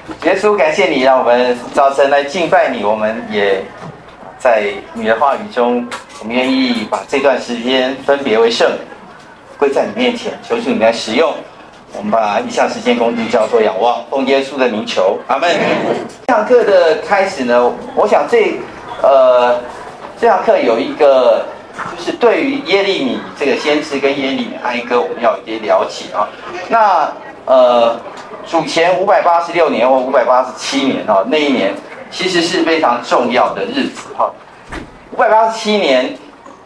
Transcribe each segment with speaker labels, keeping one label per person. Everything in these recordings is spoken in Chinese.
Speaker 1: 耶稣，感谢你让我们早晨来敬拜你，我们也在你的话语中，我们愿意把这段时间分别为圣，归在你面前，求主你来使用。我们把以下时间恭敬交托仰望，奉耶稣的名求，阿们。这堂课的开始呢，我想这堂课有一个，就是对于耶利米这个先知跟耶利米哀歌，我们要有一些了解啊。那主前586年或587年啊，那一年其实是非常重要的日子哈。587年，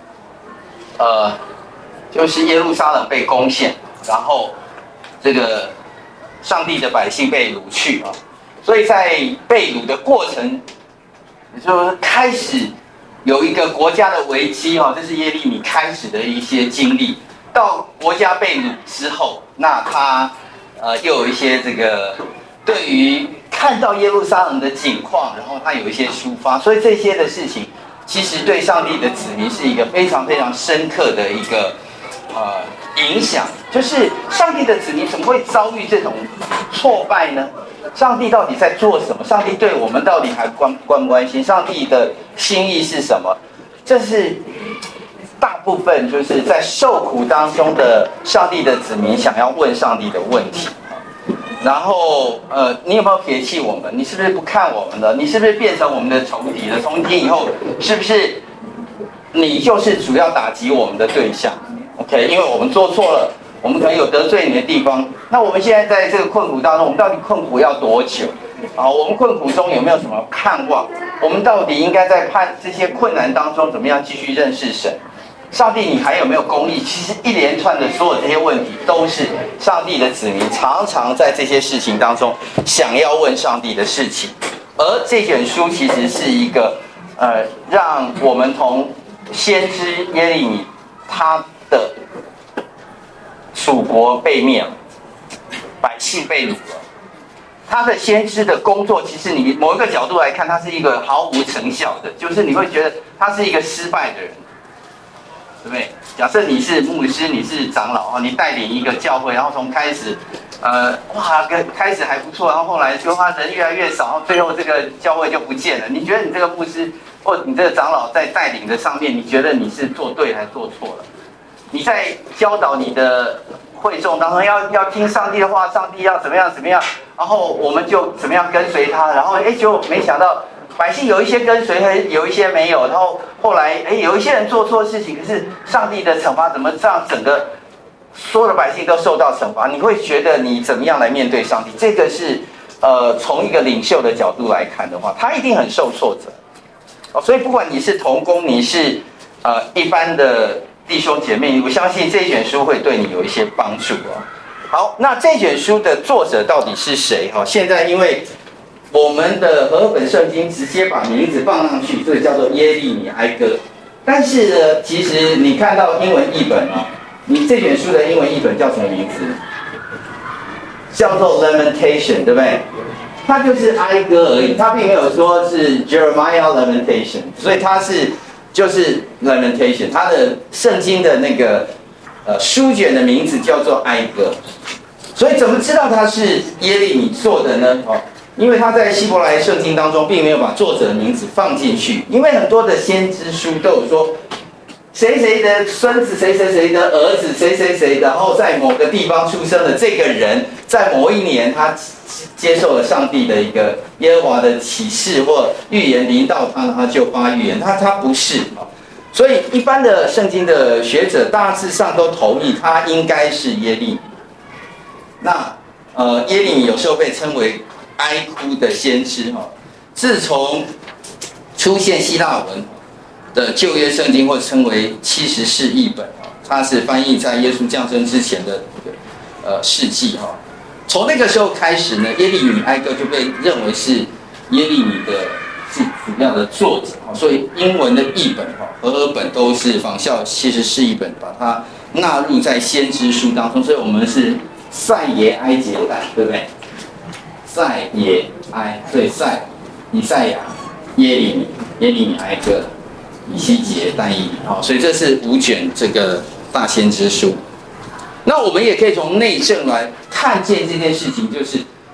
Speaker 1: 就是耶路撒冷被攻陷，然后这个上帝的百姓被掳去啊，所以在被掳的过程，也就是开始有一个国家的危机哈，这是耶利米开始的一些经历。到国家被掳之后，那他又有一些这个对于看到耶路撒冷的景况，然后他有一些抒发，所以这些的事情其实对上帝的子民是一个非常非常深刻的一个影响。就是上帝的子民怎么会遭遇这种挫败呢？上帝到底在做什么？上帝对我们到底还关不关心？上帝的心意是什么？这是大部分就是在受苦当中的上帝的子民想要问上帝的问题。然后你有没有撇弃我们？你是不是不看我们了？你是不是变成我们的仇敌了？从今天以后，是不是你就是主要打击我们的对象 ？OK， 因为我们做错了，我们可能有得罪你的地方。那我们现在在这个困苦当中，我们到底困苦要多久？我们困苦中有没有什么盼望？我们到底应该在这些困难当中怎么样继续认识神？上帝，你还有没有公义？其实一连串的所有这些问题，都是上帝的子民常常在这些事情当中想要问上帝的事情。而这卷书其实是一个让我们从先知耶利米他的属国被灭了，百姓被掳了，他的先知的工作，其实你某一个角度来看，他是一个毫无成效的，就是你会觉得他是一个失败的人。对不对？假设你是牧师，你是长老，你带领一个教会，然后从开始，开始还不错，然后后来就人越来越少，然后最后这个教会就不见了。你觉得你这个牧师或你这个长老在带领的上面，你觉得你是做对还是做错了？你在教导你的会众当中要听上帝的话，上帝要怎么样，然后我们就怎么样跟随他，然后就没想到。百姓有一些跟随，有一些没有，然后后来有一些人做错事情，可是上帝的惩罚怎么让整个所有的百姓都受到惩罚？你会觉得你怎么样来面对上帝？这个是从一个领袖的角度来看的话，他一定很受挫折。所以不管你是同工，你是一般的弟兄姐妹，我相信这一卷书会对你有一些帮助哦。好，那这卷书的作者到底是谁？现在因为我们的和合本圣经直接把名字放上去，这个叫做耶利米哀歌。但是呢，其实你看到英文译本你这卷书的英文译本叫什么名字？叫做 Lamentation， 对不对？它就是哀歌而已，它并没有说是 Jeremiah Lamentation， 所以它就是 Lamentation。它的圣经的那个书卷的名字叫做哀歌。所以怎么知道它是耶利米做的呢？因为他在希伯来圣经当中并没有把作者的名字放进去，因为很多的先知书都有说谁谁的孙子，谁谁谁的儿子，谁谁谁的，然后在某个地方出生的这个人，在某一年他接受了上帝的一个耶和华的启示或预言临到他，他就发预言，他不是。所以一般的圣经的学者大致上都同意他应该是耶利米。那耶利米有时候被称为哀哭的先知自从出现希腊文的旧约圣经，或称为70世译本它是翻译在耶稣降生之前的世纪从那个时候开始呢，耶利米哀歌就被认为是耶利米的主要的作者所以英文的译本和合本都是仿效70世译本，把它纳入在先知书当中，所以我们是赛耶哀节代，对不对？赛耶哀，所以以赛亚、耶利米哀歌、以西结、但以理所以这是5卷这个大先知书。那我们也可以从内证来看见这件事情，就是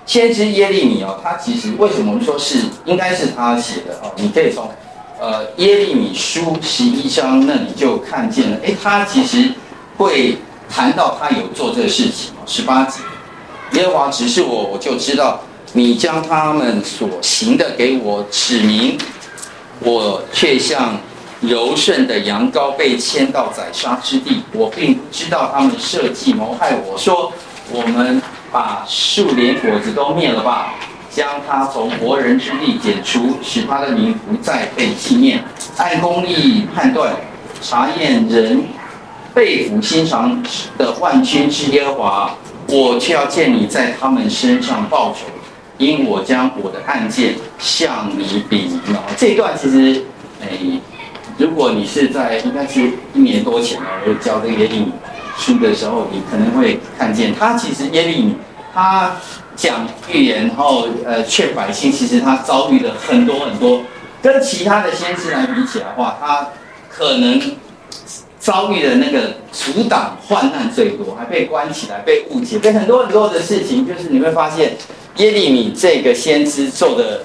Speaker 1: 先知耶利米哦，他其实为什么我们说是应该是他写的哦？你可以从耶利米书11章那里就看见了，他其实会谈到他有做这个事情哦。18节，耶和华指示我，我就知道你将他们所行的给我指明，我却像柔顺的羊羔被牵到宰杀之地，我并不知道他们设计谋害我，说我们把树连果子都灭了吧，将他从活人之地剪除，使他的名不再被纪念。按公义判断，查验人背负心肠的万军之耶和华，我却要见你在他们身上报仇，因我将我的案件向你禀明了。这一段其实，如果你是在应该是1年多前我教这个耶利米书的时候，你可能会看见他其实耶利米他讲预言，然后劝百姓，其实他遭遇了很多很多，跟其他的先知来比起来的话，他可能遭遇的那个阻挡患难最多，还被关起来，被误解，被很多很多的事情，就是你会发现耶利米这个先知做的，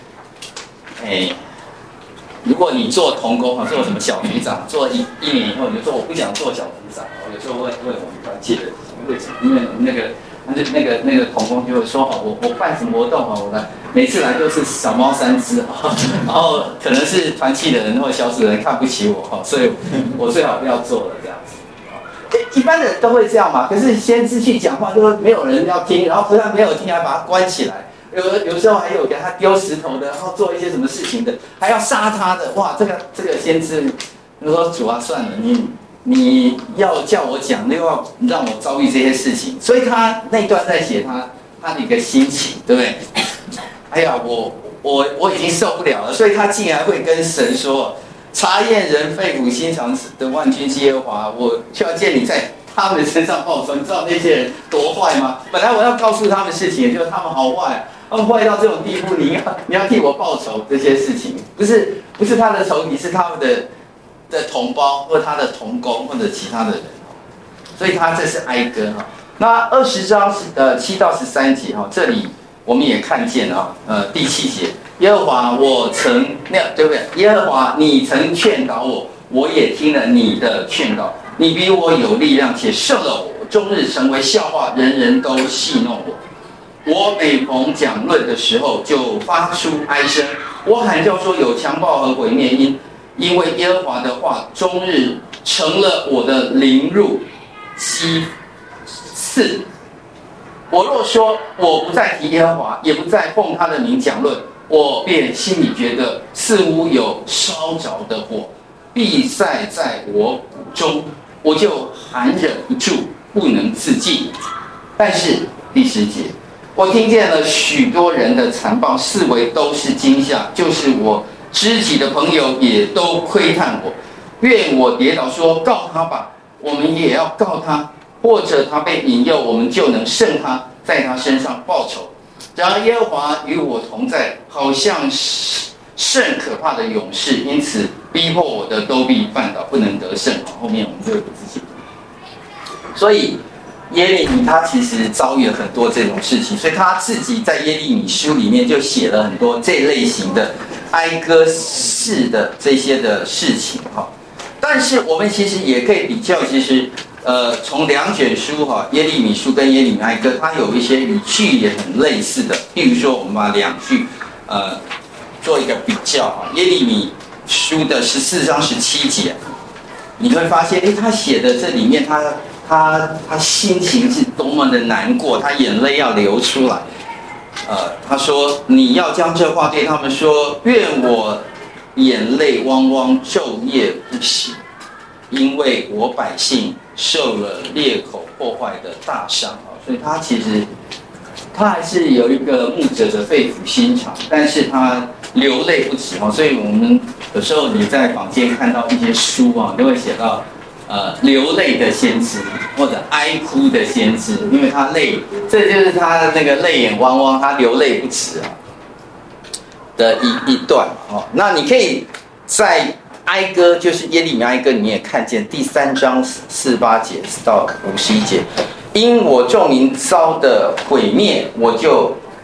Speaker 1: 如果你做同工做什么小组长，做一年以后你就说我不想做小组长，有时候问我们团契的，为什么？因为那个同工就会说我办什么活动我来每次来都是小猫3只然后可能是团契的人或小组的人看不起我所以我最好不要做了这样子。一般的人都会这样嘛，可是先知去讲话就没有人要听，然后不但没有听，还把他关起来。有时候还有给他丢石头的，然后做一些什么事情的，还要杀他的。哇，这个先知，你说主啊，算了，你要叫我讲，又要让我遭遇这些事情，所以他那段在写他的一个心情，对不对？哎呀，我已经受不了了，所以他竟然会跟神说：查验人肺腑心肠的万军之耶和华，我就要见你在他们身上报仇。你知道那些人多坏吗？本来我要告诉他们事情，就是他们好坏。他们坏到这种地步，你要替我报仇，这些事情不是他的仇敌，是他们的同胞或他的同工或者其他的人，所以他这是哀歌哈。那20章7到13节哈，这里我们也看见第7节，耶和华对不对？耶和华你曾劝导我，我也听了你的劝导，你比我有力量，且胜了我，终日成为笑话，人人都戏弄我。我每逢讲论的时候，就发出哀声。我喊叫说有强暴和毁灭，因为耶和华的话终日成了我的凌辱讥刺。我若说我不再提耶和华，也不再奉他的名讲论，我便心里觉得似乎有烧着的火，必塞在我骨中，我就含忍不住，不能自禁。但是第10节。我听见了许多人的残暴，四围都是惊吓，就是我知己的朋友也都窥探我。愿我跌倒说告他吧，我们也要告他，或者他被引诱，我们就能胜他，在他身上报仇。然而耶和华与我同在，好像甚可怕的勇士，因此逼迫我的都必绊倒，不能得胜。后面我们就会自己。所以耶利米他其实遭遇了很多这种事情，所以他自己在耶利米书里面就写了很多这类型的哀歌式的这些的事情哈。但是我们其实也可以比较，其实从2卷书哈，耶利米书跟耶利米哀歌，它有一些语句也很类似的。譬如说，我们把2句做一个比较哈，耶利米书的14章17节，你会发现，他写的这里面他心情是多么的难过，他眼泪要流出来。他说：“你要将这话对他们说，愿我眼泪汪汪，昼夜不息，因为我百姓受了裂口破坏的大伤。”所以他其实他还是有一个牧者的肺腑心肠，但是他流泪不止。所以我们有时候你在坊间看到一些书都会写到。流泪的先知或者哀哭的先知，因为他泪，这就是他那个泪眼汪汪，他流泪不止的一段那你可以在哀歌，就是耶利米哀歌里面也看见第3章48节到51节，因我众民遭的毁灭，我就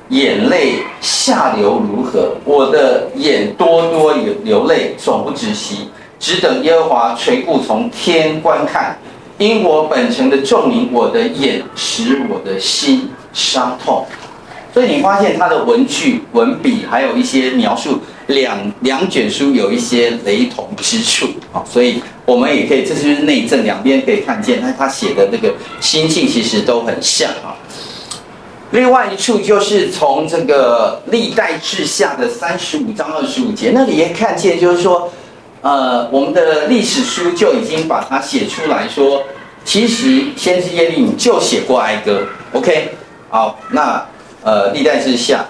Speaker 1: 眼泪下流如河，我的眼多多流泪，总不止息，只等耶和华垂顾从天观看。因我本城的众民，我的眼使我的心伤痛。所以你发现他的文句、文笔，还有一些描述两卷书有一些雷同之处啊，所以我们也可以，这就是内证，两边可以看见他写的那个心境其实都很像啊。另外一处就是从这个历代志下的35章25节，那里也看见，就是说，我们的历史书就已经把它写出来说，其实先知耶利米就写过哀歌 ，OK， 好，那历代志下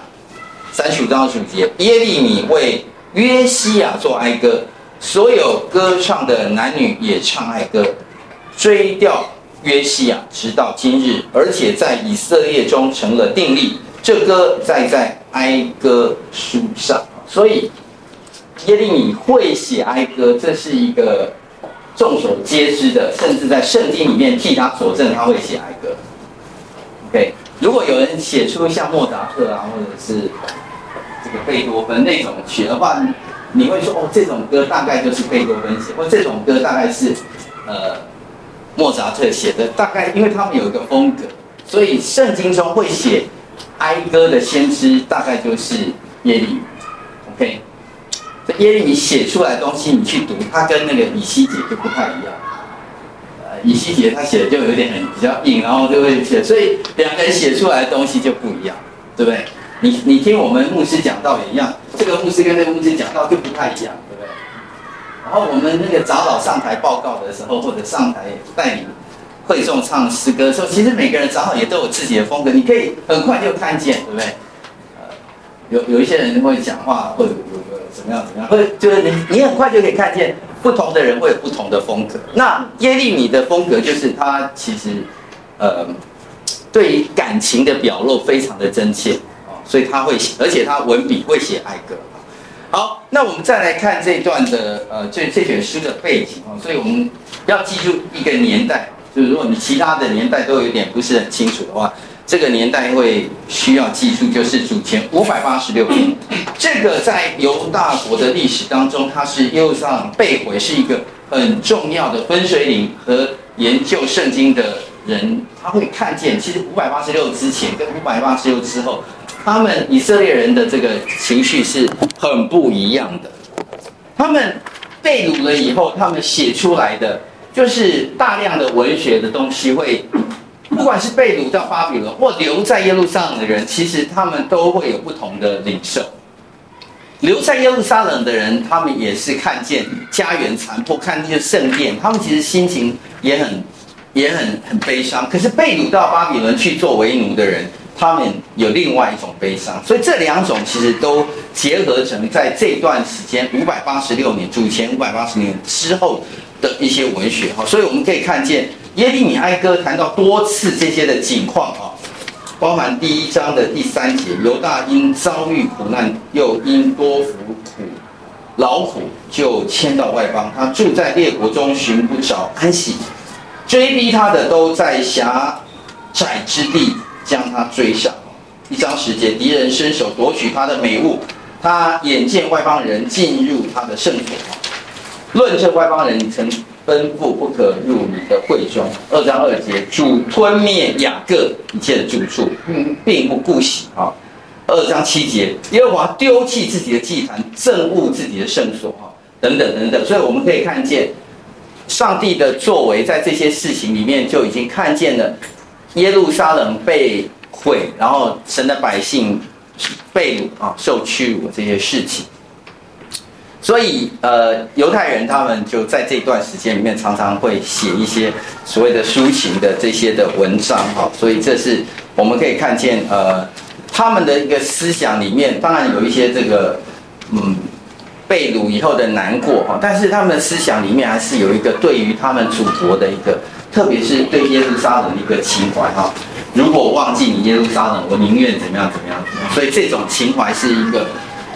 Speaker 1: 35章25节，耶利米为约西亚做哀歌，所有歌唱的男女也唱哀歌，追悼约西亚直到今日，而且在以色列中成了定例。这歌在哀歌书上，所以耶利米会写哀歌，这是一个众所皆知的，甚至在圣经里面替他佐证他会写哀歌。OK， 如果有人写出像莫扎特啊，或者是这个贝多芬那种曲的话，你会说哦，这种歌大概就是贝多芬写，或这种歌大概是莫扎特写的，大概因为他们有一个风格，所以圣经中会写哀歌的先知大概就是耶利米。OK， 这耶利米写出来的东西，你去读，它跟那个以西结就不太一样。以西结他写的就有点比较硬，然后就会写，所以两个人写出来的东西就不一样，对不对？你听我们牧师讲道也一样，这个牧师跟那个牧师讲道就不太一样，对不对？然后我们那个长老上台报告的时候，或者上台带领会众唱诗歌的时候，其实每个人长老也都有自己的风格，你可以很快就看见，对不对？有一些人会讲话，或者有怎么样，会就是你很快就可以看见不同的人会有不同的风格。那耶利米的风格就是他其实对于感情的表露非常的真切，所以他会写，而且他文笔会写哀歌。好，那我们再来看这段的这卷诗的背景哦，所以我们要记住一个年代，就是如果你其他的年代都有点不是很清楚的话，这个年代会需要记住，就是主前586年。这个在犹大国的历史当中，它是耶路撒冷被毁，是一个很重要的分水岭，和研究圣经的人他会看见，其实586之前跟586之后，他们以色列人的这个情绪是很不一样的。他们被掳了以后，他们写出来的就是大量的文学的东西会，不管是被掳到巴比伦或留在耶路撒冷的人，其实他们都会有不同的领受。留在耶路撒冷的人，他们也是看见家园残破，看见圣殿，他们其实心情也很悲伤。可是被掳到巴比伦去做为奴的人，他们有另外一种悲伤。所以这两种其实都结合成在这段时间586年主前580年之后的一些文学。所以我们可以看见耶利米哀歌谈到多次这些的景况，包含第1章的第3节，犹大因遭遇苦难，又因多服劳苦，就迁到外邦。他住在列国中，寻不着安息。追逼他的都在狭窄之地将他追上。1章10节，敌人伸手夺取他的美物，他眼见外邦人进入他的圣所。论这外邦人，你曾吩咐不可入你的会中。2章2节，主吞灭雅各一切的住处，并不顾惜。2章7节，耶和华丢弃自己的祭坛，憎恶自己的圣所，等等等等。所以我们可以看见上帝的作为，在这些事情里面就已经看见了耶路撒冷被毁，然后神的百姓被掳受屈辱的这些事情。所以犹太人他们就在这段时间里面常常会写一些所谓的抒情的这些的文章，所以这是我们可以看见他们的一个思想里面，当然有一些这个被掳以后的难过，但是他们的思想里面还是有一个对于他们祖国的一个，特别是对耶路撒冷的一个情怀。如果忘记你耶路撒冷，我宁愿怎么样怎么样。所以这种情怀是一个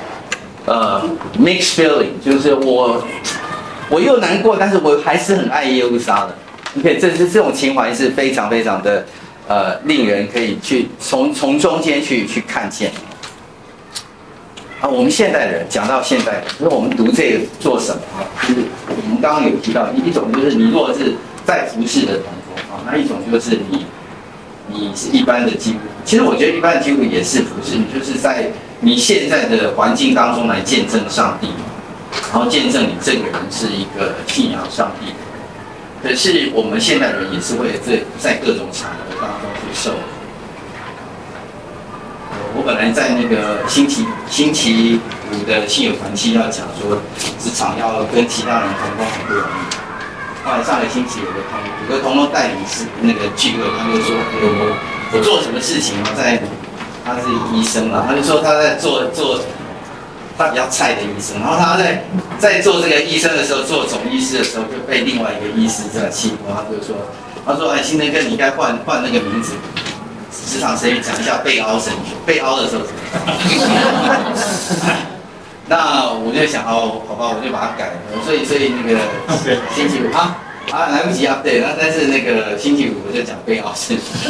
Speaker 1: mixed feeling， 就是我又难过，但是我还是很爱耶路撒冷。OK， 这种情怀是非常非常的令人可以去从中间去看见。我们现代人讲到现代人，就是我们读这个做什么啊？就是我们刚刚有提到一种就是你若是在服侍的同工啊，那一种就是你是一般的基督徒。其实我觉得一般的基督徒也是服侍，你就是在你现在的环境当中来见证上帝，然后见证你这个人是一个信仰上帝的。可是我们现代人也是会在各种场合当中去受。我本来在那个星期五的信友团契要讲说，职场要跟其他人同工很不容易。后来上个星期有个同工带领是那个聚会，他就说我做什么事情啊？他是医生啦，他就说他在做他比较菜的医生，然后他在做这个医生的时候，做总医师的时候就被另外一个医师这样欺负，他说哎，新生哥你应该换那个名字。职场神语讲一下被凹神学，被凹的时候怎么办？那我就想好吧，我就把它改了。所以那个星期五来不及update，但是那个星期五我就讲被凹神学。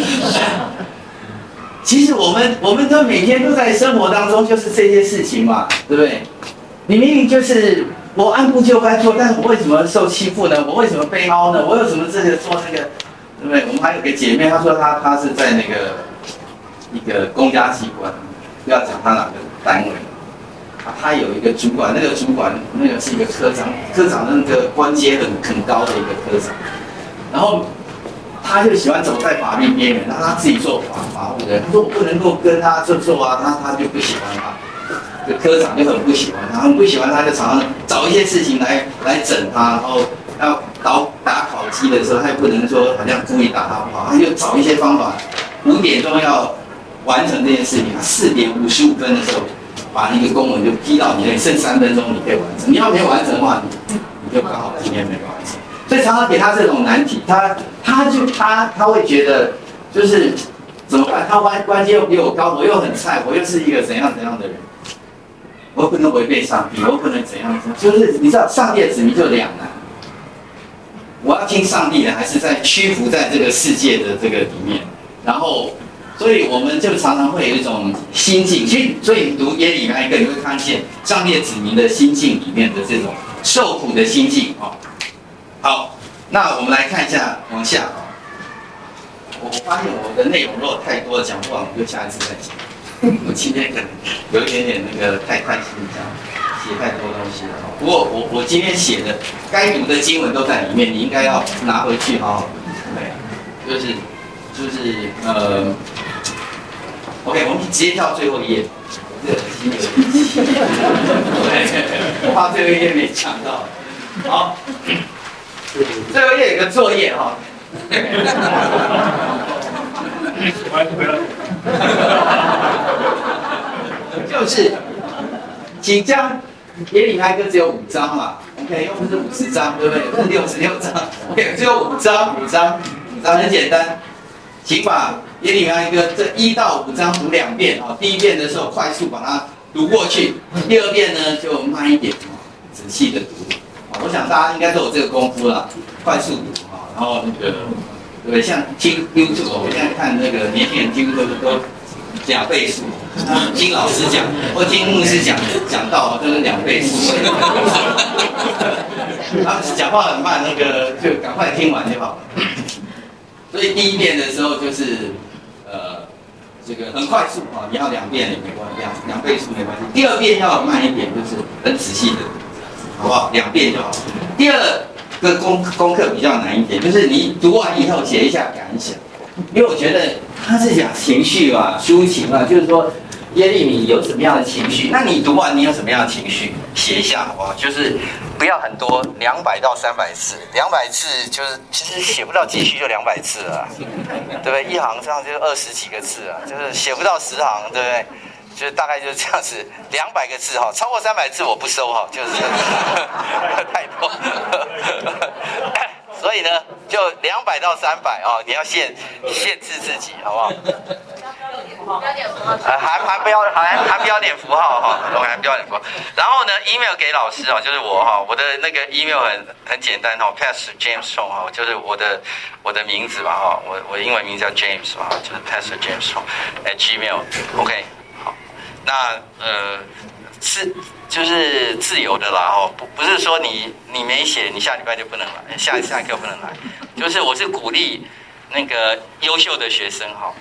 Speaker 1: 其实我们都每天都在生活当中就是这些事情嘛，对不对？你明明就是我按部就班做，但是我为什么受欺负呢？我为什么被凹呢？我有什么这个做那个？对不对？我们还有个姐妹，她说她是在那个一个公家机关，不要讲她哪个单位，她有一个主管，那个主管那个是一个科长，科长那个官阶很高的一个科长，然后他就喜欢走在法律边缘，让他自己做法务的。他说我不能够跟他做啊，他就不喜欢他。这科长就很不喜欢他，很不喜欢他，就常常找一些事情来整他，然后要打考绩的时候，他也不能说好像故意打他不好，他就找一些方法，5点钟要完成这件事情，他4点55分的时候把那个公文就批到你那里，剩3分钟你可以完成。你要没有完成的话，你就刚好今天没完成。所以常常给他这种难题，他会觉得就是怎么办？他关阶又比我高，我又很菜，我又是一个怎样的人，我又不能违背上帝，我又不能怎样，就是你知道，上帝的子民就两难。我要听上帝的，还是在屈服在这个世界的这个里面？然后，所以我们就常常会有一种心境。所以你读耶利米哀歌，你会看见上帝的子民的心境里面的这种受苦的心境哦。好，那我们来看一下往下啊。我发现我的内容如果太多讲不完，我就下一次再讲。我今天可能有一点那个太宽心讲。写太多东西了，不过我今天写的该读的经文都在里面，你应该要拿回去哈。对，就是OK， 我们直接跳最后一页，这个很有意思。对，我怕最后一页没讲到。好，最后一页有个作业哈。就是请将耶利米哀歌只有5章嘛 ，OK， 又不是50章，对不对？不是66章 ，OK， 只有5章很简单。请把耶利米哀歌这1到5章读2遍啊。第一遍的时候快速把它读过去，第二遍呢就慢一点，仔细的读。我想大家应该都有这个功夫了，快速读啊。然后那个对不对？像听 YouTube， 我现在看那个年轻人几乎都2倍速。听老师讲或听牧师讲道都是2倍速，他讲话很慢，那个就赶快听完就好了。所以第一遍的时候就是这个很快速啊，你要2遍也没关系，2倍速没关系。第二遍要慢一点，就是很仔细的，好不好？2遍就好。第二个功课比较难一点，就是你读完以后写一下感想，因为我觉得他是讲情绪嘛，抒情嘛，就是说。耶利米有什么样的情绪？那你读完你有什么样的情绪？写一下好不好？就是不要很多，200到300字，200字就是其实写不到几句就200字了，对不对？一行上就20几个字啊，就是写不到10行，对不对？就是大概就是这样子，200个字哈，超过300字我不收哈，就是太多。所以呢，就200到300哦，你要限制自己，好不好？ 含标点符号哈，含标点符号。然后呢 ，email 给老师啊，就是我哈，我的那个 email 很简单哈 ，Pastor James Chong 哈，就是我的名字嘛哈，我英文名叫 James 嘛，就是 Pastor James Chong @gmail。OK， 好，那就是自由的啦哦，不是说你没写，你下礼拜就不能来，下一课不能来，就是我是鼓励那个优秀的学生哈，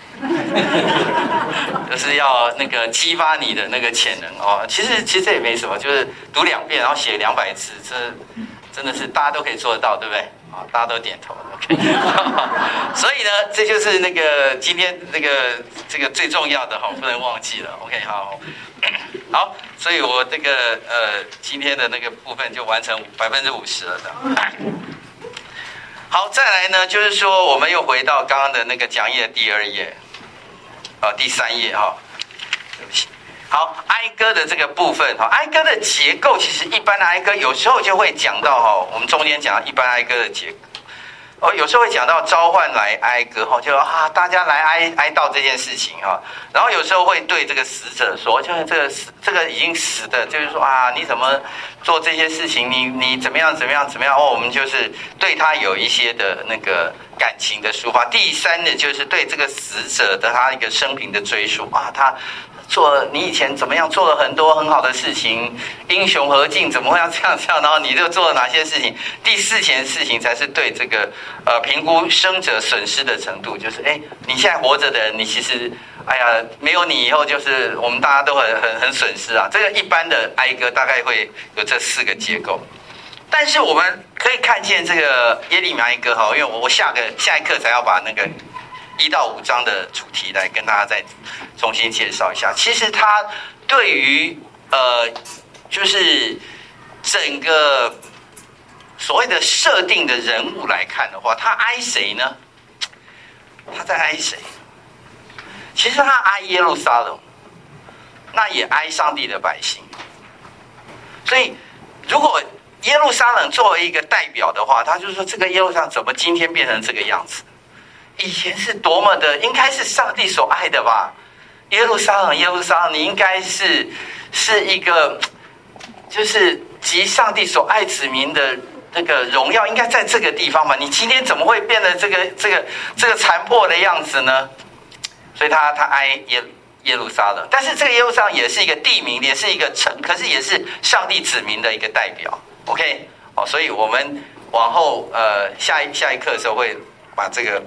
Speaker 1: 就是要那个激发你的那个潜能哦。其实这也没什么，就是读2遍，然后写200字，这真的是大家都可以做得到，对不对？啊，大家都点头 ，OK。所以呢，这就是那个今天这个最重要的哈，不能忘记了 ，OK， 好。好，所以我这个今天的那个部分就完成50%了的。好，再来呢，就是说我们又回到刚刚的那个讲义的第2页，第3页哈。对不起。好，哀歌的这个部分哈，哀歌的结构其实一般的哀歌有时候就会讲到哈，我们中间讲一般哀歌的结构。有时候会讲到召唤来哀歌哈，就大家来哀悼这件事情哈，然后有时候会对这个死者说，就是这个已经死的，就是说你怎么做这些事情，你怎么样哦，我们就是对他有一些的那个感情的抒发。第3呢，就是对这个死者的他一个生平的追溯他你以前怎么样做了很多很好的事情，英雄何尽，怎么会要这样，然后你就做了哪些事情？第4件事情才是对这个评估生者损失的程度，就是你现在活着的人，你其实没有你以后，就是我们大家都很损失啊。这个一般的哀歌大概会有这4个结构，但是我们可以看见这个耶利米哀歌哈，因为我下一课才要把那个1到5章的主题来跟大家再重新介绍一下。其实它对于就是整个所谓的设定的人物来看的话，他哀谁呢？他在哀谁？其实他哀耶路撒冷，那也哀上帝的百姓。所以如果耶路撒冷作为一个代表的话，他就是说这个耶路撒冷怎么今天变成这个样子？以前是多么的，应该是上帝所爱的吧？耶路撒冷，耶路撒冷，你应该是一个，就是集上帝所爱子民的那个荣耀，应该在这个地方吧？你今天怎么会变得这个残破的样子呢？所以他爱耶路撒冷，但是这个耶路撒冷也是一个地名，也是一个城，可是也是上帝子民的一个代表。OK， 所以我们往后下一课的时候会把这个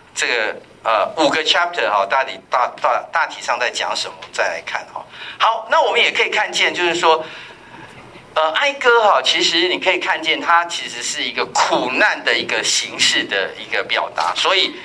Speaker 1: 5个 chapter 哈，大体上在讲什么，再来看哈。好，那我们也可以看见，就是说，哀歌哈，其实你可以看见它其实是一个苦难的一个形式的一个表达，所以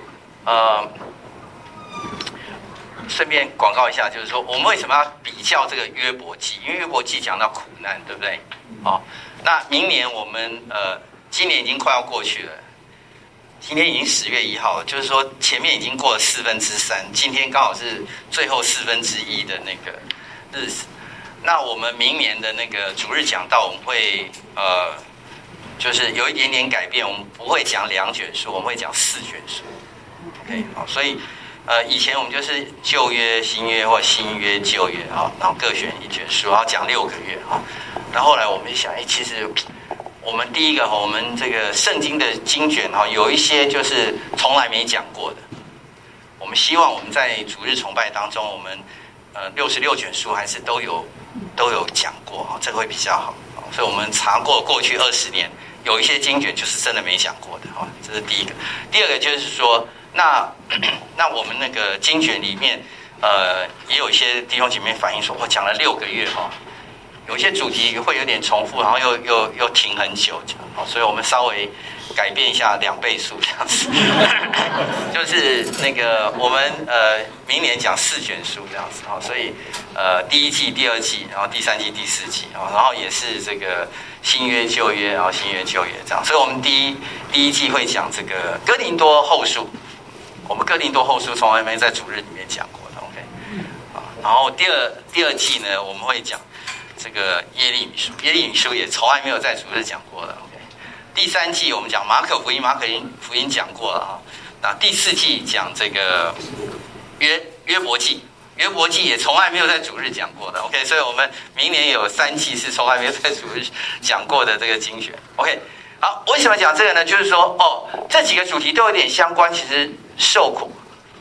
Speaker 1: 顺便广告一下，就是说我们为什么要比较这个约伯记？因为约伯记讲到苦难，对不对？那明年我们今年已经快要过去了。今天已经10月1号了，就是说前面已经过了3/4，今天刚好是最后1/4的那个日子。那我们明年的那个主日讲道，我们会就是有一点点改变，我们不会讲2卷书，我们会讲4卷书。OK， 好，所以以前我们就是旧约、新约或新约、旧约啊，然后各选1卷书，然后讲6个月啊。然后后来我们就想，其实。我们第一个，我们这个圣经的经卷哈，有一些就是从来没讲过的。我们希望我们在主日崇拜当中，我们66卷书还是都有讲过哈，这个会比较好。所以我们查过过去20年，有一些经卷就是真的没讲过的哈，这是第一个。第二个就是说，那我们那个经卷里面，也有一些弟兄姐妹反映说，我讲了6个月哈。有一些主题会有点重复，然后又停很久，所以我们稍微改变一下2倍速这样子，就是那个我们明年讲4卷书这样子，所以第1季、第2季，然后第3季、第4季，然后也是这个新约旧约，然后新约旧约这样，所以我们第一季会讲这个哥林多后书，我们哥林多后书从来没在主日里面讲过的 ，OK， 然后第二季呢，我们会讲。这个耶利米书也从来没有在主日讲过了。OK， 第3季我们讲马可福音讲过了哈。那第4季讲这个约伯记，约伯记也从来没有在主日讲过的。OK， 所以我们明年有3季是从来没有在主日讲过的这个经选。OK， 好，为什么讲这个呢？就是说，这几个主题都有点相关。其实受苦，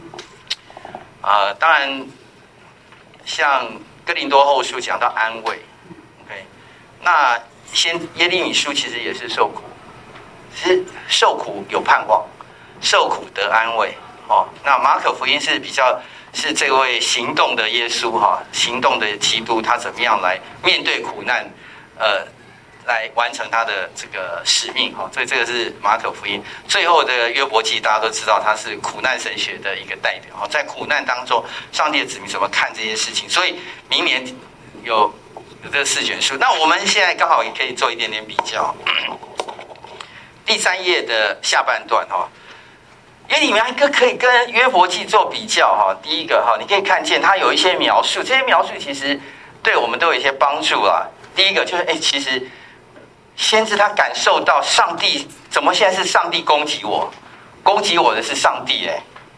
Speaker 1: 当然，像哥林多后书讲到安慰 ，OK， 那耶利米书其实也是受苦，其实受苦有盼望，受苦得安慰。那马可福音是比较是这位行动的耶稣行动的基督，他怎么样来面对苦难，来完成他的这个使命所以这个是马可福音。最后的约伯记大家都知道，它是苦难神学的一个代表在苦难当中，上帝的子民怎么看这些事情。所以明年有这4卷书，那我们现在刚好也可以做一点点比较。第3页的下半段耶利米哀歌可以跟约伯记做比较第一个你可以看见它有一些描述，这些描述其实对我们都有一些帮助啦。第一个就是其实先知他感受到上帝怎么现在是上帝攻击我，攻击我的是上帝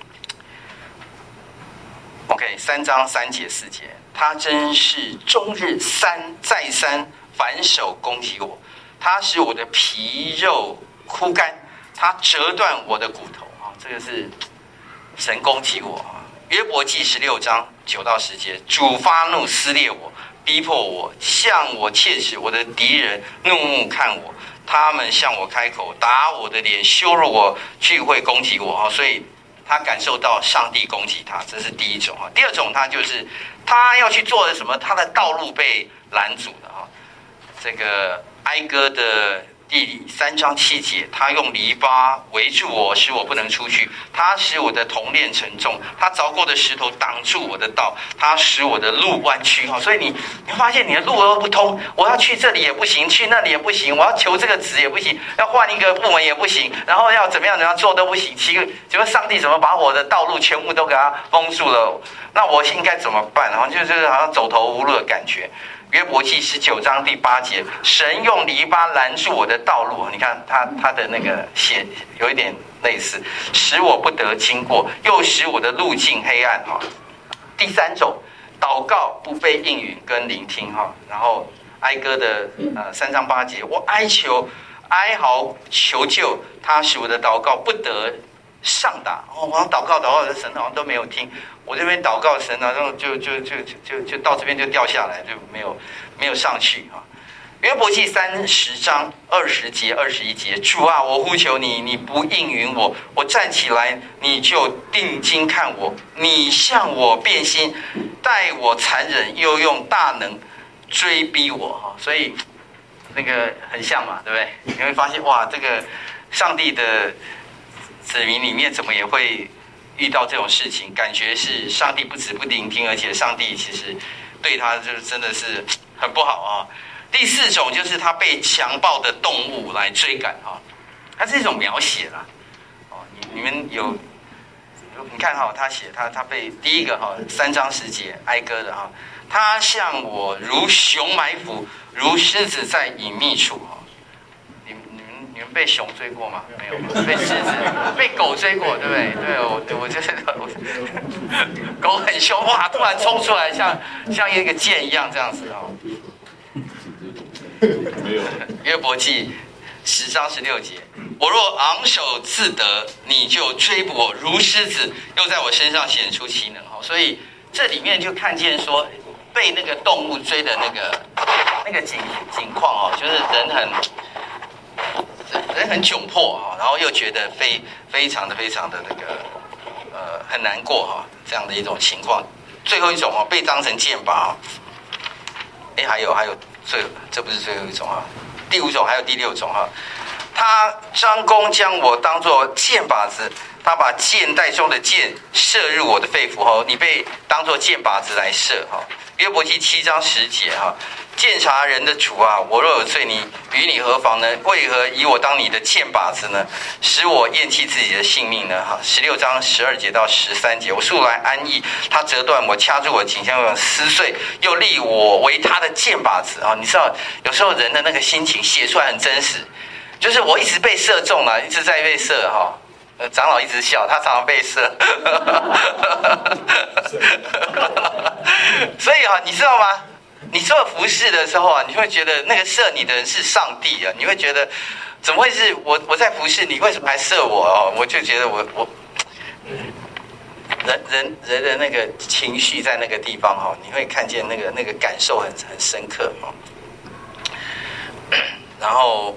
Speaker 1: OK， 3章3节4节，他真是终日再三反手攻击我，他使我的皮肉枯干，他折断我的骨头这个是神攻击我约伯记16章9到10节，主发怒撕裂我，逼迫我，向我切齿，我的敌人怒目看我，他们向我开口，打我的脸，羞辱我，聚会攻击我所以他感受到上帝攻击他，这是第一种第二种，他就是他要去做的什么，他的道路被拦阻了这个哀歌的第3章7节，他用篱笆围住我，使我不能出去，他使我的铜链沉重，他凿过的石头挡住我的道，他使我的路弯曲所以你会发现你的路都不通，我要去这里也不行，去那里也不行，我要求这个职也不行，要换一个部门也不行，然后要怎么样做都不行，结果上帝怎么把我的道路全部都给他封住了，那我应该怎么办就是好像走投无路的感觉。约伯记19章第8节，神用篱笆拦住我的道路，你看他的那个写有一点类似，使我不得经过，又使我的路径黑暗第3种，祷告不被应允跟聆听然后哀歌的3章8节，我哀嚎求救，他使我的祷告不得上达我祷告的神好像都没有听，我这边祷告神就到这边就掉下来，就没有上去约伯记30章20节21节，主啊，我呼求你，你不应允我，我站起来，你就定睛看我，你向我变心，待我残忍，又用大能追逼我所以那个很像嘛，对不对？你会发现哇，这个上帝的子民里面怎么也会遇到这种事情，感觉是上帝不止不聆听，而且上帝其实对他就真的是很不好第4种就是他被强暴的动物来追赶它是一种描写啦你们有你看他写他被第一个3章10节哀歌的他向我如熊埋伏，如狮子在隐秘处你们被熊追过吗？没有，被狮子、被狗追过，对不对？对，我就是狗很凶哇，突然冲出来，像一个箭一样这样子
Speaker 2: 没有。
Speaker 1: 约伯记10章16节，我若昂首自得，你就追捕我如狮子，又在我身上显出奇能所以这里面就看见说，被那个动物追的那个景况就是人很窘迫然后又觉得非常的那个很难过这样的一种情况。最后一种被当成箭靶还有这不是最后一种第5种还有第6种他张弓将我当作箭靶子，他把箭袋中的箭射入我的肺腑你被当作箭靶子来射约伯记7章10节鉴察人的主啊，我若有罪，你与你何妨呢？为何以我当你的箭靶子呢？使我厌弃自己的性命呢？16章12节到13节，我素来安逸，他折断我，掐住我颈项，我撕碎，又立我为他的箭靶子你知道，有时候人的那个心情写出来很真实，就是我一直被射中了，一直在被射长老一直笑，他常常被射。所以啊，你知道吗？你做服事的时候啊，你会觉得那个射你的人是上帝啊，你会觉得怎么会是我在服事，你为什么还射我哦？我就觉得我人的那个情绪在那个地方哈，你会看见那个感受很深刻哦。然后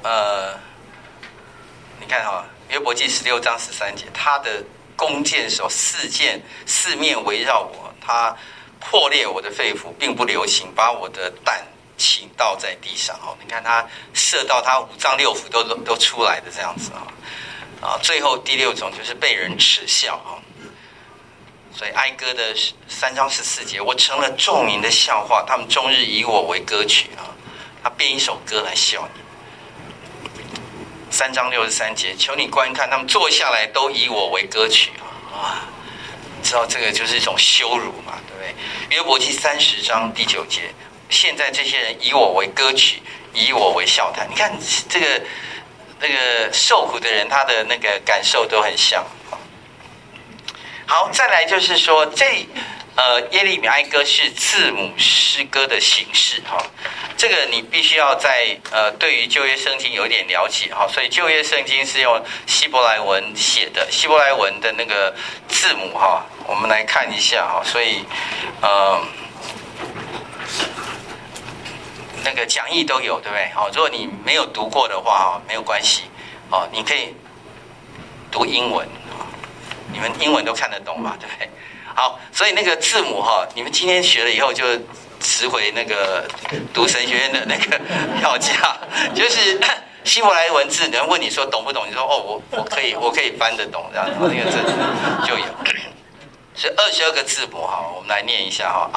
Speaker 1: 你看哈，约伯记16章13节，他的弓箭手四面围绕我，他破裂我的肺腑，并不留情，把我的弹倾倒在地上哦。你看他射到他五脏六腑都出来的这样子啊。最后第6种就是被人耻笑啊。所以哀歌的3章14节，我成了众民的笑话，他们终日以我为歌曲啊。他编一首歌来笑你。3章63节，求你观看，他们坐下来都以我为歌曲啊！知道这个就是一种羞辱嘛，对不对？约伯记30章第9节，现在这些人以我为歌曲，以我为笑谈。你看这个那个受苦的人，他的那个感受都很像。好，再来就是说耶利米哀歌是字母诗歌的形式哈，这个你必须要在对于旧约圣经有点了解哈，所以旧约圣经是用希伯来文写的，希伯来文的那个字母哈，我们来看一下哈，所以那个讲义都有对不对？好，如果你没有读过的话哈，没有关系哦，你可以读英文，你们英文都看得懂嘛，对不对？好，所以那个字母哈，你们今天学了以后就值回那个读神学院的那个票价，就是希伯来文字，人问你说懂不懂，你说哦，我可以翻得懂，这样子，那个字就有，是22个字母哈，我们来念一下哈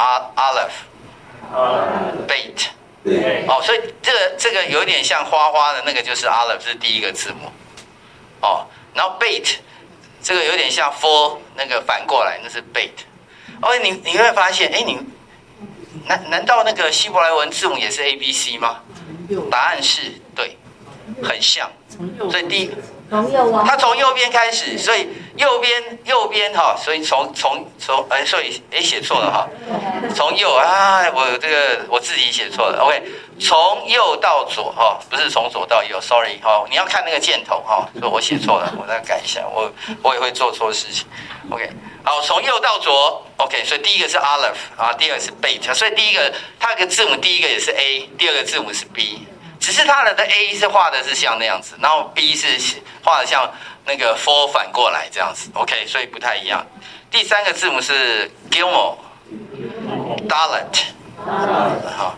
Speaker 1: ，Aleph，Bet，哦，所以这个有点像花花的那个就是 Aleph 是第一个字母，哦，然后 Bet。这个有点像 for 那个反过来，那是 bait。哦，你会发现，哎，难道那个希伯来文字母也是 ABC 吗？答案是对，很像。所以它从右边开始，所以右边哈，所以所以写错了哈，从右我自己写错了 ，OK， 从右到左哈，不是从左到右 ，sorry 哈，你要看那个箭头哈，所以我写错了，我再改一下，我也会做错事情 ，OK， 好，从右到左 ，OK， 所以第一个是 Aleph 啊，第二个是 Beta， 所以第一个它的字母第一个也是 A， 第二个字母是 B。只是它的 A 是画的是像那样子，然后 B 是画的像那个 for 反过来这样子 ，OK， 所以不太一样。第三个字母是 Gilmo、Dalet， 好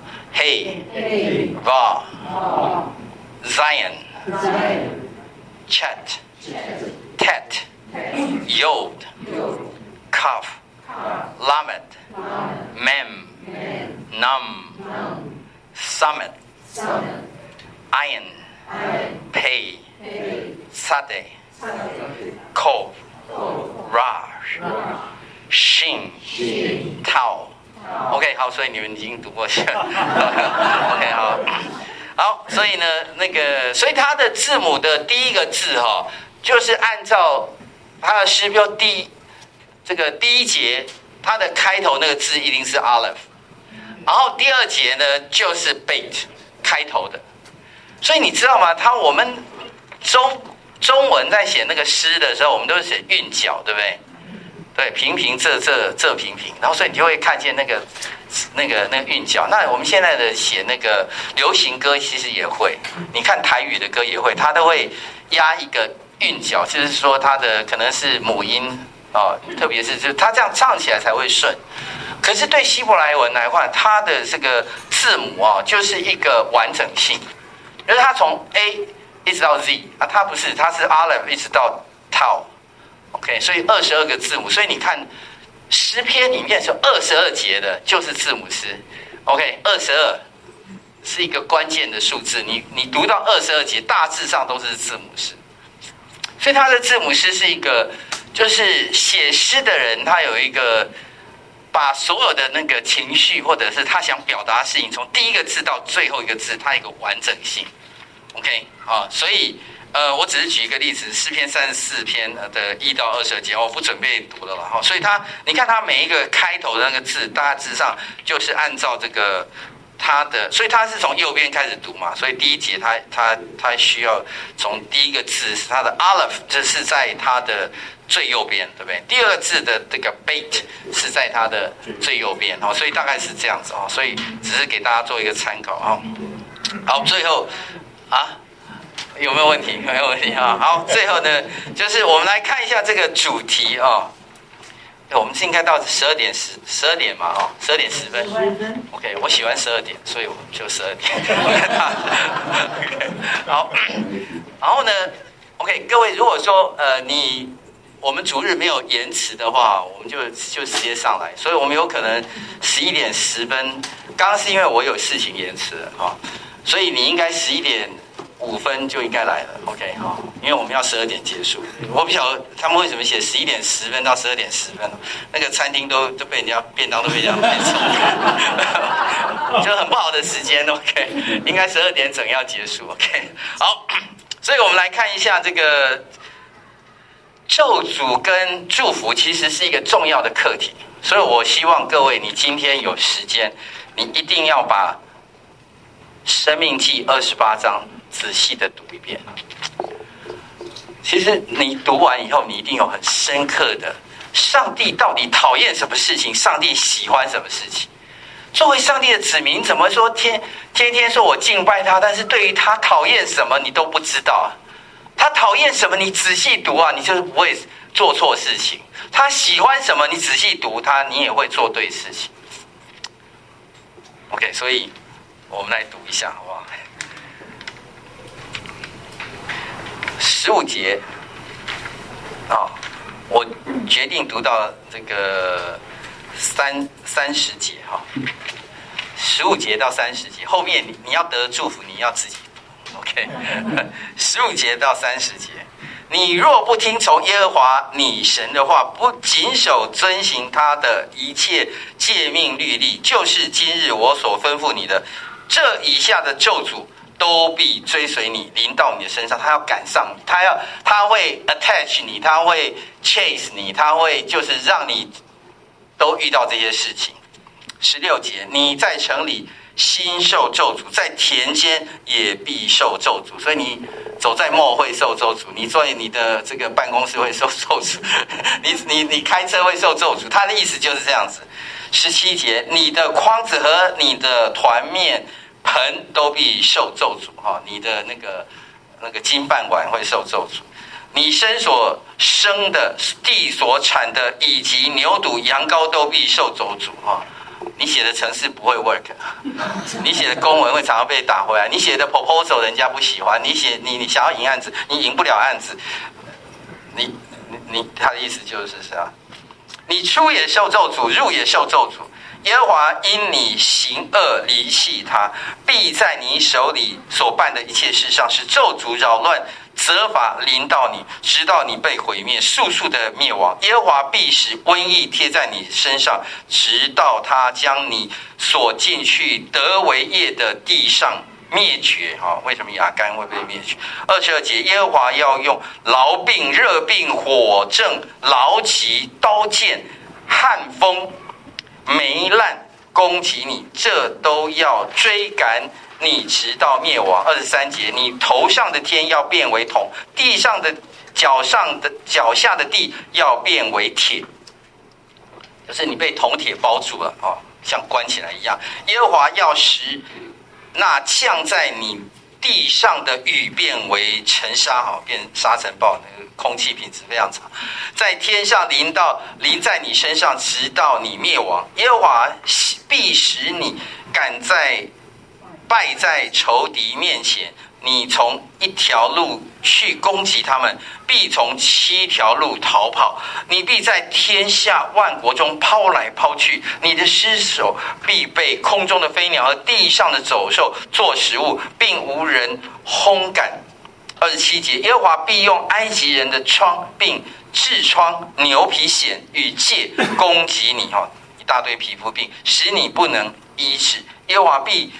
Speaker 1: Hey、Vav、Zion、Chet、Yod、Kaf、Lamed、Mem、Nam、Summit、Ayin、Pei、Sade、Kov、Rash、Shin、Tao。OK， 好，所以你们已经读过去了。OK， 好，所以呢，所以它的字母的第一个字哈，就是按照它的诗标第一节，它的开头那个字一定是 Aleph， 然后第二节呢就是 Beit 开头的。所以你知道吗？我们中文在写那个诗的时候，我们都是写韵脚，对不对？对，平平仄平平，然后所以你就会看见那个韵脚。那我们现在的写那个流行歌，其实也会，你看台语的歌也会，它都会压一个韵脚，就是说它的可能是母音哦，特别是就是它这样唱起来才会顺。可是对希伯来文来话，它的这个字母啊，就是一个完整性。就是它从 A 一直到 Z 啊，它不是，它是 Aleph 一直到 Tau，OK， 所以22个字母，所以你看诗篇里面是22节的，就是字母诗 ，OK， 22是一个关键的数字，你读到22节，大致上都是字母诗，所以它的字母诗是一个，就是写诗的人他有一个把所有的那个情绪或者是他想表达的事情，从第一个字到最后一个字，它有一个完整性。OK 啊，所以我只是举一个例子，诗篇34篇的1到22节，我不准备读了哈。所以你看它每一个开头的那个字，大致上就是按照这个它的，所以它是从右边开始读嘛。所以第一节它需要从第一个字是它的 aleph， 这是在它的最右边，对不对？第二个字的这个 beit 是在它的最右边，所以大概是这样子，所以只是给大家做一个参考啊。好，最后有没有问题？没有问题啊。好，最后呢，就是我们来看一下这个主题啊。我们是应该到12点嘛，12点10分。OK， 我喜欢12点，所以我就12点。okay， 好，然后呢 ，OK， 各位如果说我们主日没有延迟的话，我们就直接上来，所以我们有可能11点10分。刚刚是因为我有事情延迟了哈，所以你应该11点5分就应该来了 ，OK 哈，因为我们要12点结束。我不晓得他们为什么写11点10分到12点10分，那个餐厅都被人家便当都被人家买走，就很不好的时间 ，OK， 应该12点整要结束 ，OK， 好，所以我们来看一下这个咒诅跟祝福，其实是一个重要的课题，所以我希望各位，你今天有时间，你一定要把《申命记》28章。仔细的读一遍，其实你读完以后，你一定有很深刻的，上帝到底讨厌什么事情，上帝喜欢什么事情。作为上帝的子民，怎么说天天说我敬拜他，但是对于他讨厌什么你都不知道，他讨厌什么你仔细读啊，你就是不会做错事情。他喜欢什么你仔细读他，你也会做对事情。OK， 所以我们来读一下好不好？15节我决定读到这个30节哈，15节到30节，后面你要得祝福，你要自己读 ，OK， 15节到30节，你若不听从耶和华你神的话，不谨守遵行他的一切诫命律例，就是今日我所吩咐你的，这以下的咒诅都必追随你，临到你的身上。他要赶上你，他会 attach 你，他会 chase 你，他会就是让你都遇到这些事情。16节，你在城里心受咒诅，在田间也必受咒诅。所以你走在末会受咒诅，你坐在你的这个办公室会受咒诅，你开车会受咒诅。他的意思就是这样子。17节，你的筐子和你的团面盆都必受咒诅哈，你的那个金饭碗会受咒诅，你身所生的、地所产的，以及牛犊、羊羔都必受咒诅哈。你写的程式不会 work， 你写的公文会常常被打回来，你写的 proposal 人家不喜欢，你想要赢案子，你赢不了案子，他的意思就是这样，你出也受咒诅，入也受咒诅。耶和华因你行恶离弃他，必在你手里所办的一切事上使咒诅扰乱责罚临到你，直到你被毁灭，速速的灭亡。耶和华必使瘟疫贴在你身上，直到他将你所进去得为业的地上灭绝。为什么亚干会被灭绝？22节，耶和华要用痨病、热病、火症、痨疾、刀剑、旱风、霉烂攻击你，这都要追赶你直到灭亡。23节，你头上的天要变为铜，地上的脚下的地要变为铁，就是你被铜铁包住了像关起来一样。耶和华要使那降在你地上的雨变为尘沙，变沙尘暴，那个空气品质非常差，在天上临在你身上，直到你灭亡。耶和华必使你败在仇敌面前，你从一条路去攻击他们，必从7条路逃跑。你必在天下万国中抛来抛去，你的尸首必被空中的飞鸟和地上的走兽做食物，并无人烘干。27节，耶和华必用埃及人的疮，并痔疮、牛皮癣与疥攻击你，一大堆皮肤病，使你不能医治。耶和华必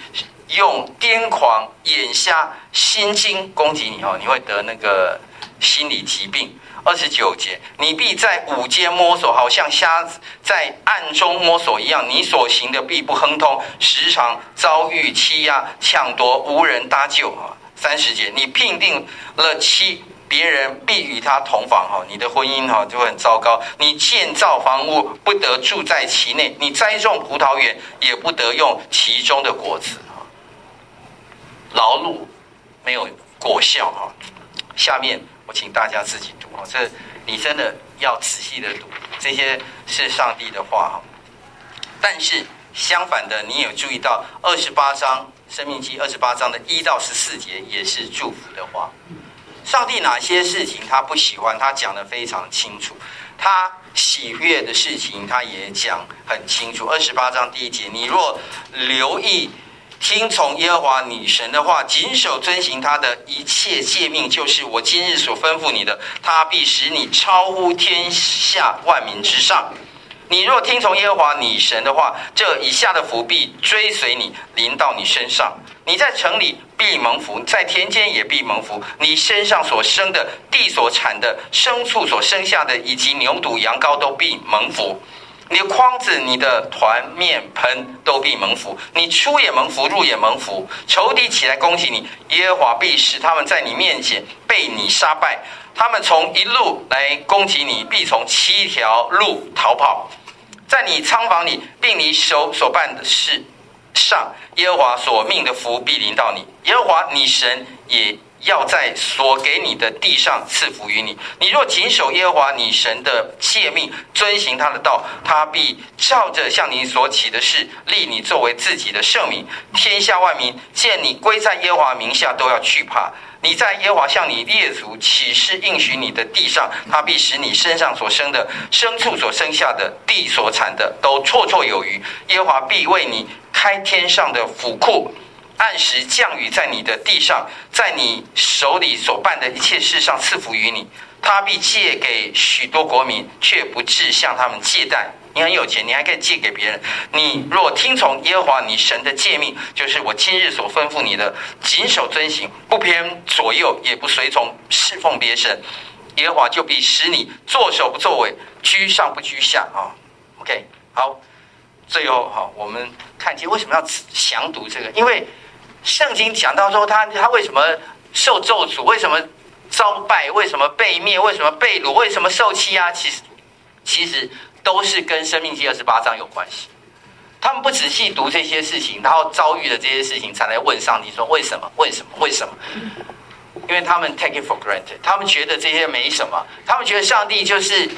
Speaker 1: 用癫狂、眼瞎、心惊攻击你你会得那个心理疾病。29节，你必在午间摸索，好像瞎子在暗中摸索一样，你所行的必不亨通，时常遭遇欺压、抢夺，无人搭救。30节，你聘定了妻，别人必与他同房，你的婚姻就会很糟糕。你建造房屋，不得住在其内；你栽种葡萄园，也不得用其中的果子。劳碌没有果效。下面我请大家自己读，这你真的要仔细的读，这些是上帝的话。但是相反的，你有注意到28章申命记28章的1到14节也是祝福的话。上帝哪些事情他不喜欢，他讲得非常清楚，他喜悦的事情他也讲很清楚。28章第1节，你若留意听从耶和华你神的话，谨守遵行他的一切诫命，就是我今日所吩咐你的，他必使你超乎天下万民之上。你若听从耶和华你神的话，这以下的福必追随你，临到你身上。你在城里必蒙福，在田间也必蒙福。你身上所生的、地所产的、牲畜所生下的，以及牛犊羊羔都必蒙福。你的筐子、你的团面盆都必蒙福，你出也蒙福，入也蒙福。仇敌起来攻击你，耶和华必使他们在你面前被你杀败。他们从一路来攻击你，必从7条路逃跑。在你仓房里，并你手所办的事上，耶和华所命的福必临到你。耶和华你神也要在所给你的地上赐福于你。你若谨守耶和华你神的诫命，遵行他的道，他必照着向你所起的事，立你作为自己的圣名。天下万民见你归在耶和华名下，都要惧怕。你在耶和华向你列祖起誓应许你的地上，他必使你身上所生的、牲畜所生下的、地所产的，都绰绰有余。耶和华必为你开天上的府库，按时降雨在你的地上，在你手里所办的一切事上赐福于你。他必借给许多国民，却不致向他们借贷。你很有钱，你还可以借给别人。你若听从耶和华你神的诫命，就是我今日所吩咐你的，谨守遵行，不偏左右，也不随从侍奉别神，耶和华就必使你作首不作尾，居上不居下。OK， 好，最后我们看见为什么要详读这个？因为圣经讲到说他为什么受咒诅，为什么遭败，为什么被灭，为什么被掳，为什么受欺压，其实都是跟申命记28章有关系。他们不仔细读这些事情，然后遭遇了这些事情，才来问上帝说为什么？为什么？为什么？因为他们 take it for granted， 他们觉得这些没什么，他们觉得上帝是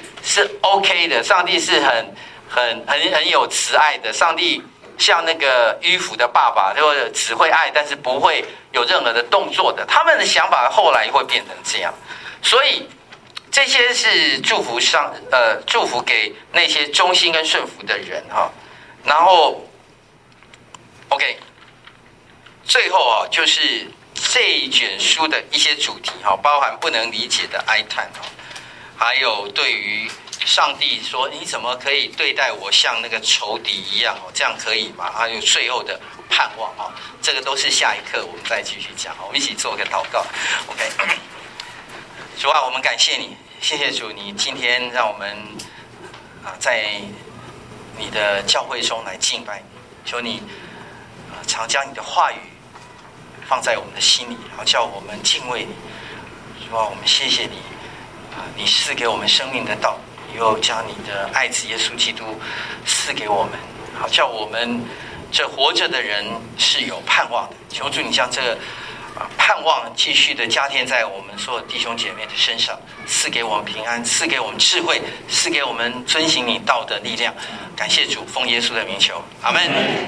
Speaker 1: OK 的，上帝是很有慈爱的，上帝像那个迂腐的爸爸，就只会爱，但是不会有任何的动作的。他们的想法后来会变成这样，所以这些是祝福给那些忠心跟顺服的人然后 OK， 最后就是这一卷书的一些主题包含不能理解的哀叹还有对于上帝说你怎么可以对待我像那个仇敌一样这样可以吗？还有最后的盼望这个都是下一课我们再继续讲我们一起做个祷告。 OK， 主啊，我们感谢你，谢谢主，你今天让我们在你的教会中来敬拜你，求你常将你的话语放在我们的心里，好叫我们敬畏你。主啊，我们谢谢你你赐给我们生命的道，又将你的爱子耶稣基督赐给我们，好叫我们这活着的人是有盼望的。求主你将这个盼望继续的加添在我们所有弟兄姐妹的身上，赐给我们平安，赐给我们智慧，赐给我们遵行你道的力量。感谢主，奉耶稣的名求，阿们。